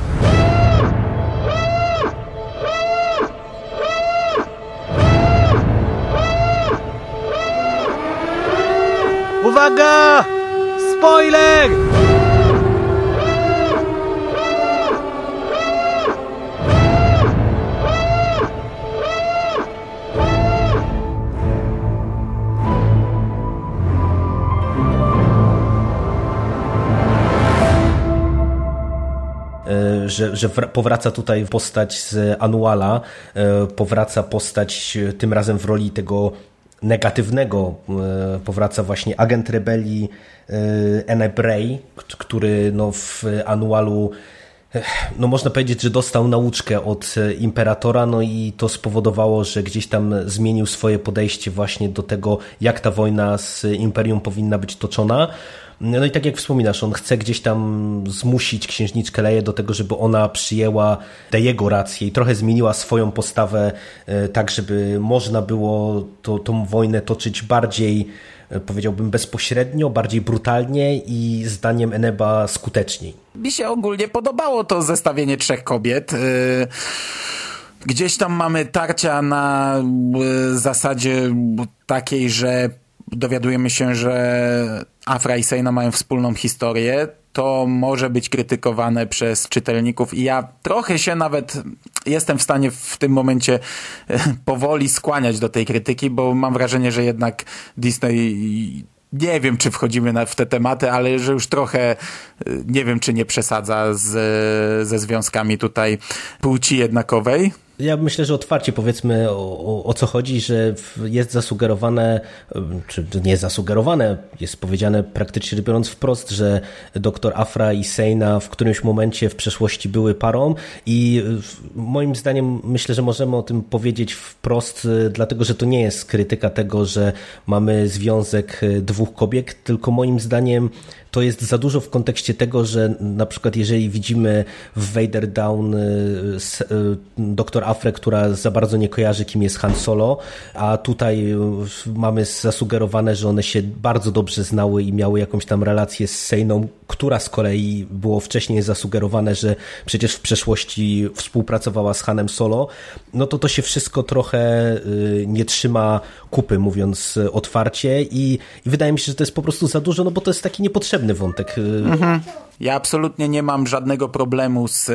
Uwaga! Spoiler! Że, że powraca tutaj postać z Annuala, powraca postać tym razem w roli tego negatywnego, powraca właśnie agent rebelii Ene Bray, który no w Annualu no można powiedzieć, że dostał nauczkę od Imperatora, no i to spowodowało, że gdzieś tam zmienił swoje podejście właśnie do tego, jak ta wojna z Imperium powinna być toczona. No i tak jak wspominasz, on chce gdzieś tam zmusić księżniczkę Leję do tego, żeby ona przyjęła te jego racje i trochę zmieniła swoją postawę tak, żeby można było to, tą wojnę toczyć bardziej, powiedziałbym, bezpośrednio, bardziej brutalnie i zdaniem Eneba skuteczniej. Mi się ogólnie podobało to zestawienie trzech kobiet. Gdzieś tam mamy tarcia na zasadzie takiej, że dowiadujemy się, że Aphra i Seyna mają wspólną historię. To może być krytykowane przez czytelników i ja trochę się nawet jestem w stanie w tym momencie powoli skłaniać do tej krytyki, bo mam wrażenie, że jednak Disney, nie wiem, czy wchodzimy na, w te tematy, ale że już trochę nie wiem, czy nie przesadza z, ze związkami tutaj płci jednakowej. Ja myślę, że otwarcie powiedzmy o, o, o co chodzi, że jest zasugerowane, czy nie zasugerowane, jest powiedziane praktycznie rzecz biorąc wprost, że doktor Aphra i Seyna w którymś momencie w przeszłości były parą i moim zdaniem myślę, że możemy o tym powiedzieć wprost, dlatego że to nie jest krytyka tego, że mamy związek dwóch kobiet, tylko moim zdaniem to jest za dużo w kontekście tego, że na przykład jeżeli widzimy w Vader Down doktor Afrę, która za bardzo nie kojarzy, kim jest Han Solo, a tutaj mamy zasugerowane, że one się bardzo dobrze znały i miały jakąś tam relację z Seyną, która z kolei było wcześniej zasugerowane, że przecież w przeszłości współpracowała z Hanem Solo, no to to się wszystko trochę nie trzyma kupy, mówiąc otwarcie i, i wydaje mi się, że to jest po prostu za dużo, no bo to jest taki niepotrzebny wątek. Mhm. Ja absolutnie nie mam żadnego problemu z,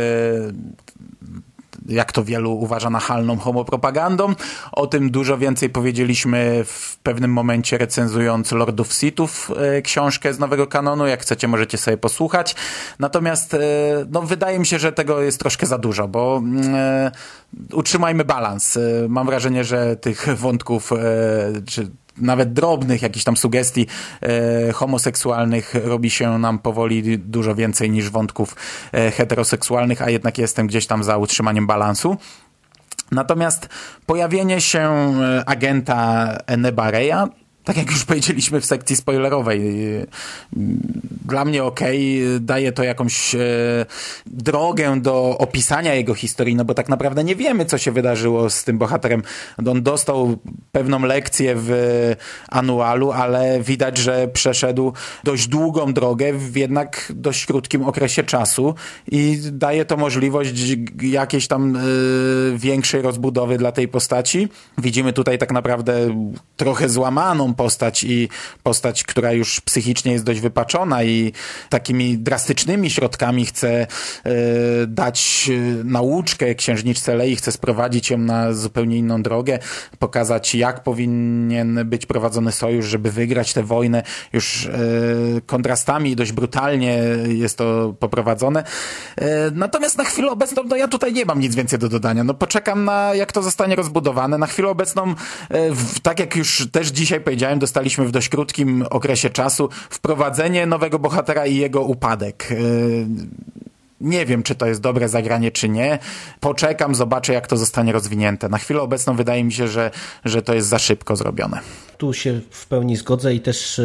jak to wielu uważa, nachalną homopropagandą. O tym dużo więcej powiedzieliśmy w pewnym momencie, recenzując Lordów Sithów, książkę z nowego kanonu. Jak chcecie, możecie sobie posłuchać. Natomiast no, wydaje mi się, że tego jest troszkę za dużo, bo e, utrzymajmy balans. Mam wrażenie, że tych wątków e, czy nawet drobnych jakichś tam sugestii e, homoseksualnych robi się nam powoli dużo więcej niż wątków e, heteroseksualnych, a jednak jestem gdzieś tam za utrzymaniem balansu. Natomiast pojawienie się agenta Eneba Raya, tak jak już powiedzieliśmy w sekcji spoilerowej, dla mnie okej, okay, daje to jakąś e, drogę do opisania jego historii, no bo tak naprawdę nie wiemy, co się wydarzyło z tym bohaterem. On dostał pewną lekcję w Annualu, ale widać, że przeszedł dość długą drogę w jednak dość krótkim okresie czasu i daje to możliwość jakiejś tam e, większej rozbudowy dla tej postaci. Widzimy tutaj tak naprawdę trochę złamaną postać i postać, która już psychicznie jest dość wypaczona i takimi drastycznymi środkami chce y, dać y, nauczkę księżniczce Lei, chce sprowadzić ją na zupełnie inną drogę, pokazać, jak powinien być prowadzony sojusz, żeby wygrać tę wojnę. Już y, kontrastami dość brutalnie jest to poprowadzone. Y, natomiast na chwilę obecną, no ja tutaj nie mam nic więcej do dodania. No poczekam na, jak to zostanie rozbudowane. Na chwilę obecną, y, w, tak jak już też dzisiaj powiedziałem, dostaliśmy w dość krótkim okresie czasu wprowadzenie nowego bohatera i jego upadek. Nie wiem, czy to jest dobre zagranie, czy nie. Poczekam, zobaczę, jak to zostanie rozwinięte. Na chwilę obecną wydaje mi się, że, że to jest za szybko zrobione. Tu się w pełni zgodzę i też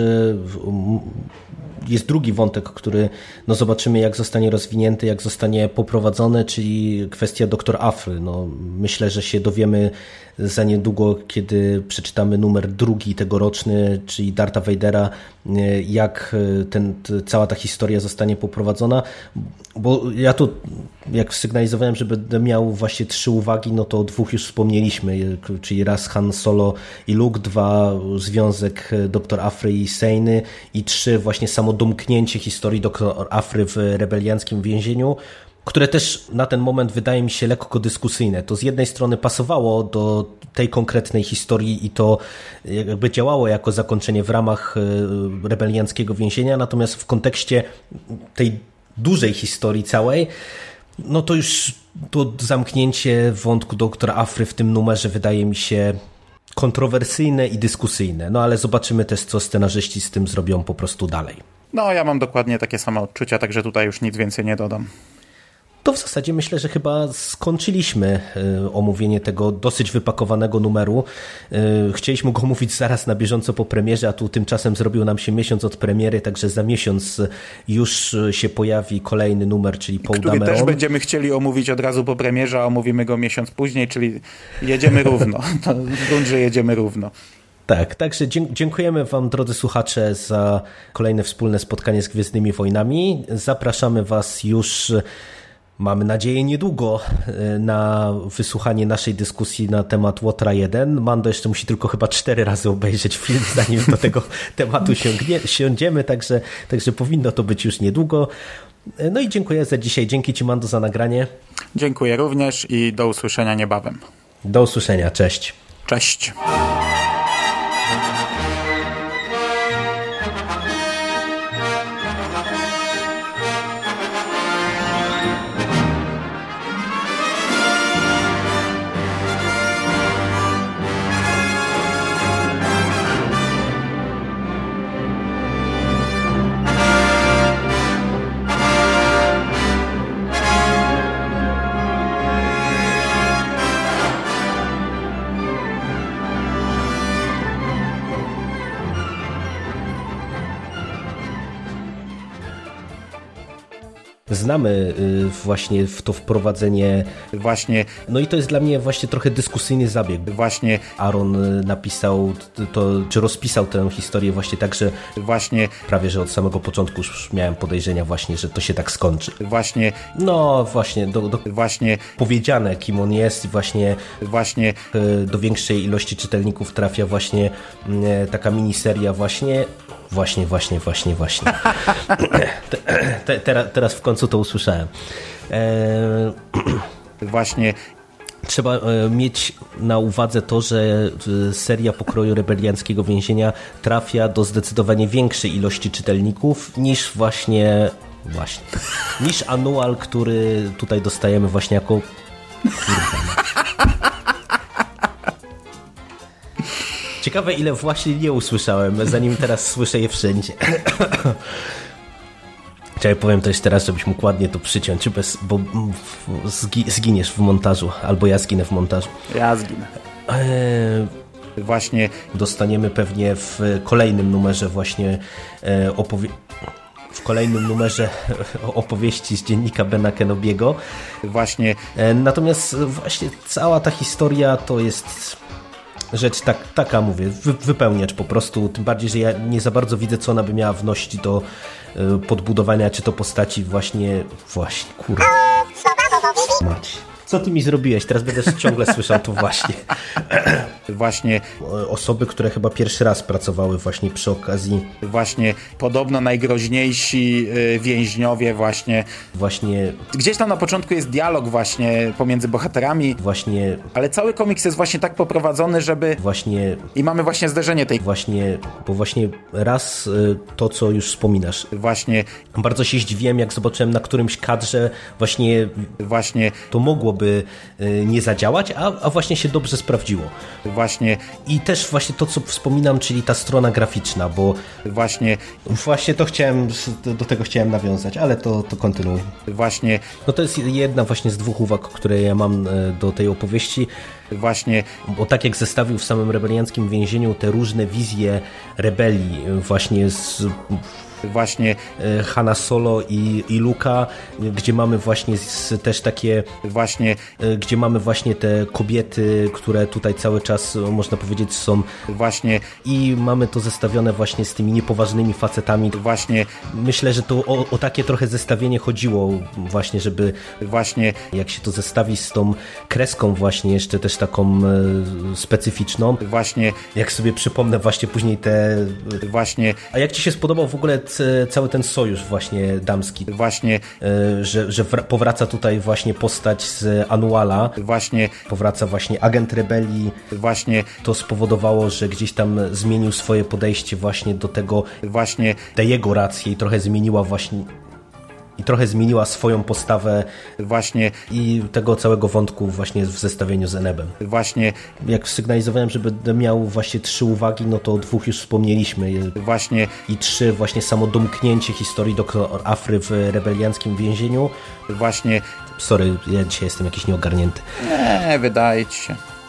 jest drugi wątek, który no zobaczymy, jak zostanie rozwinięty, jak zostanie poprowadzony, czyli kwestia doktor Afry. No, myślę, że się dowiemy za niedługo, kiedy przeczytamy numer drugi tegoroczny, czyli Dartha Vadera, jak ten, cała ta historia zostanie poprowadzona, bo ja tu, jak sygnalizowałem, że będę miał właśnie trzy uwagi, no to o dwóch już wspomnieliśmy, czyli raz Han Solo i Luke, dwa związek doktor Afry i Sejny i trzy właśnie samo domknięcie historii doktor Afry w rebelianckim więzieniu, które też na ten moment wydaje mi się lekko dyskusyjne. To z jednej strony pasowało do tej konkretnej historii i to jakby działało jako zakończenie w ramach rebelianckiego więzienia, natomiast w kontekście tej dużej historii całej, no to już to zamknięcie wątku doktora Afry w tym numerze wydaje mi się kontrowersyjne i dyskusyjne. No ale zobaczymy też, co scenarzyści z tym zrobią po prostu dalej. No, ja mam dokładnie takie same odczucia, także tutaj już nic więcej nie dodam. To w zasadzie myślę, że chyba skończyliśmy omówienie tego dosyć wypakowanego numeru. Chcieliśmy go omówić zaraz na bieżąco po premierze, a tu tymczasem zrobił nam się miesiąc od premiery, także za miesiąc już się pojawi kolejny numer, czyli Poe Który Dameron. Też będziemy chcieli omówić od razu po premierze, a omówimy go miesiąc później, czyli jedziemy równo. To grunt, że jedziemy równo. Tak, także dziękujemy wam, drodzy słuchacze, za kolejne wspólne spotkanie z Gwiezdnymi Wojnami. Zapraszamy was już, mamy nadzieję, niedługo na wysłuchanie naszej dyskusji na temat Łotra jeden. Mando jeszcze musi tylko chyba cztery razy obejrzeć film, zanim do tego tematu sięgnie, siądziemy, także, także powinno to być już niedługo. No i dziękuję za dzisiaj. Dzięki ci, Mando, za nagranie. Dziękuję również i do usłyszenia niebawem. Do usłyszenia, cześć. Cześć. Znamy właśnie w to wprowadzenie. Właśnie. No i to jest dla mnie właśnie trochę dyskusyjny zabieg. Właśnie. Aaron napisał to, czy rozpisał tę historię właśnie tak, że właśnie prawie, że od samego początku już miałem podejrzenia właśnie, że to się tak skończy. Właśnie. No właśnie, do, do właśnie powiedziane, kim on jest, właśnie właśnie do większej ilości czytelników trafia właśnie taka miniseria właśnie Właśnie, właśnie, właśnie, właśnie. te, te, teraz, teraz w końcu to usłyszałem. Eee... Właśnie. Trzeba mieć na uwadze to, że seria pokroju rebelianckiego więzienia trafia do zdecydowanie większej ilości czytelników niż właśnie, właśnie, niż anual, który tutaj dostajemy właśnie jako... Kurwa. Ciekawe, ile właśnie nie usłyszałem, zanim teraz słyszę je wszędzie. Czekaj, powiem to jeszcze teraz, żebyś mógł ładnie to przyciąć, bez, bo zginiesz w montażu, albo ja zginę w montażu. Ja zginę. Eee, właśnie. Dostaniemy pewnie w kolejnym numerze właśnie opowie... w kolejnym numerze opowieści z dziennika Bena Kenobiego. Właśnie. Natomiast właśnie cała ta historia to jest... rzecz tak, taka, mówię, wy, wypełniacz po prostu, tym bardziej, że ja nie za bardzo widzę, co ona by miała wnosić do y, podbudowania, czy to postaci właśnie, właśnie, kurwa. Mać. Co ty mi zrobiłeś? Teraz będę ciągle słyszał to właśnie. Właśnie. Osoby, które chyba pierwszy raz pracowały właśnie przy okazji. Właśnie. Podobno najgroźniejsi więźniowie właśnie. Właśnie. Gdzieś tam na początku jest dialog właśnie pomiędzy bohaterami. Właśnie. Ale cały komiks jest właśnie tak poprowadzony, żeby... Właśnie. I mamy właśnie zderzenie tej... Właśnie, bo właśnie raz to, co już wspominasz. Właśnie. Bardzo się zdziwiłem, jak zobaczyłem na którymś kadrze właśnie... Właśnie. To mogłoby nie zadziałać, a, a właśnie się dobrze sprawdziło. Właśnie. Właśnie. I też właśnie to, co wspominam, czyli ta strona graficzna, bo Właśnie. Właśnie to chciałem, do tego chciałem nawiązać, ale to, to kontynuuj. Właśnie. No to jest jedna właśnie z dwóch uwag, które ja mam do tej opowieści. Właśnie. Bo tak jak zestawił w samym rebelianckim więzieniu te różne wizje rebelii właśnie z Właśnie Hanna Solo i, i Luka, gdzie mamy właśnie z, też takie Właśnie gdzie mamy właśnie te kobiety, które tutaj cały czas, można powiedzieć, są Właśnie i mamy to zestawione właśnie z tymi niepoważnymi facetami. Właśnie Myślę, że to o, o takie trochę zestawienie chodziło właśnie, żeby Właśnie jak się to zestawi z tą kreską właśnie jeszcze też taką e, specyficzną. Właśnie Jak sobie przypomnę właśnie później te Właśnie A jak ci się spodobał w ogóle cały ten sojusz właśnie damski? Właśnie Że, że powraca tutaj właśnie postać z Anuala. Właśnie Powraca właśnie agent rebelii. Właśnie To spowodowało, że gdzieś tam zmienił swoje podejście właśnie do tego, Właśnie te jego racje i trochę zmieniła właśnie i trochę zmieniła swoją postawę Właśnie i tego całego wątku właśnie w zestawieniu z Enebem. Właśnie Jak sygnalizowałem, że będę miał właśnie trzy uwagi, no to o dwóch już wspomnieliśmy. Właśnie I trzy, właśnie samo domknięcie historii doktor Afry w rebelianckim więzieniu. Właśnie Sorry, ja dzisiaj jestem jakiś nieogarnięty. Nie, wydaje ci się.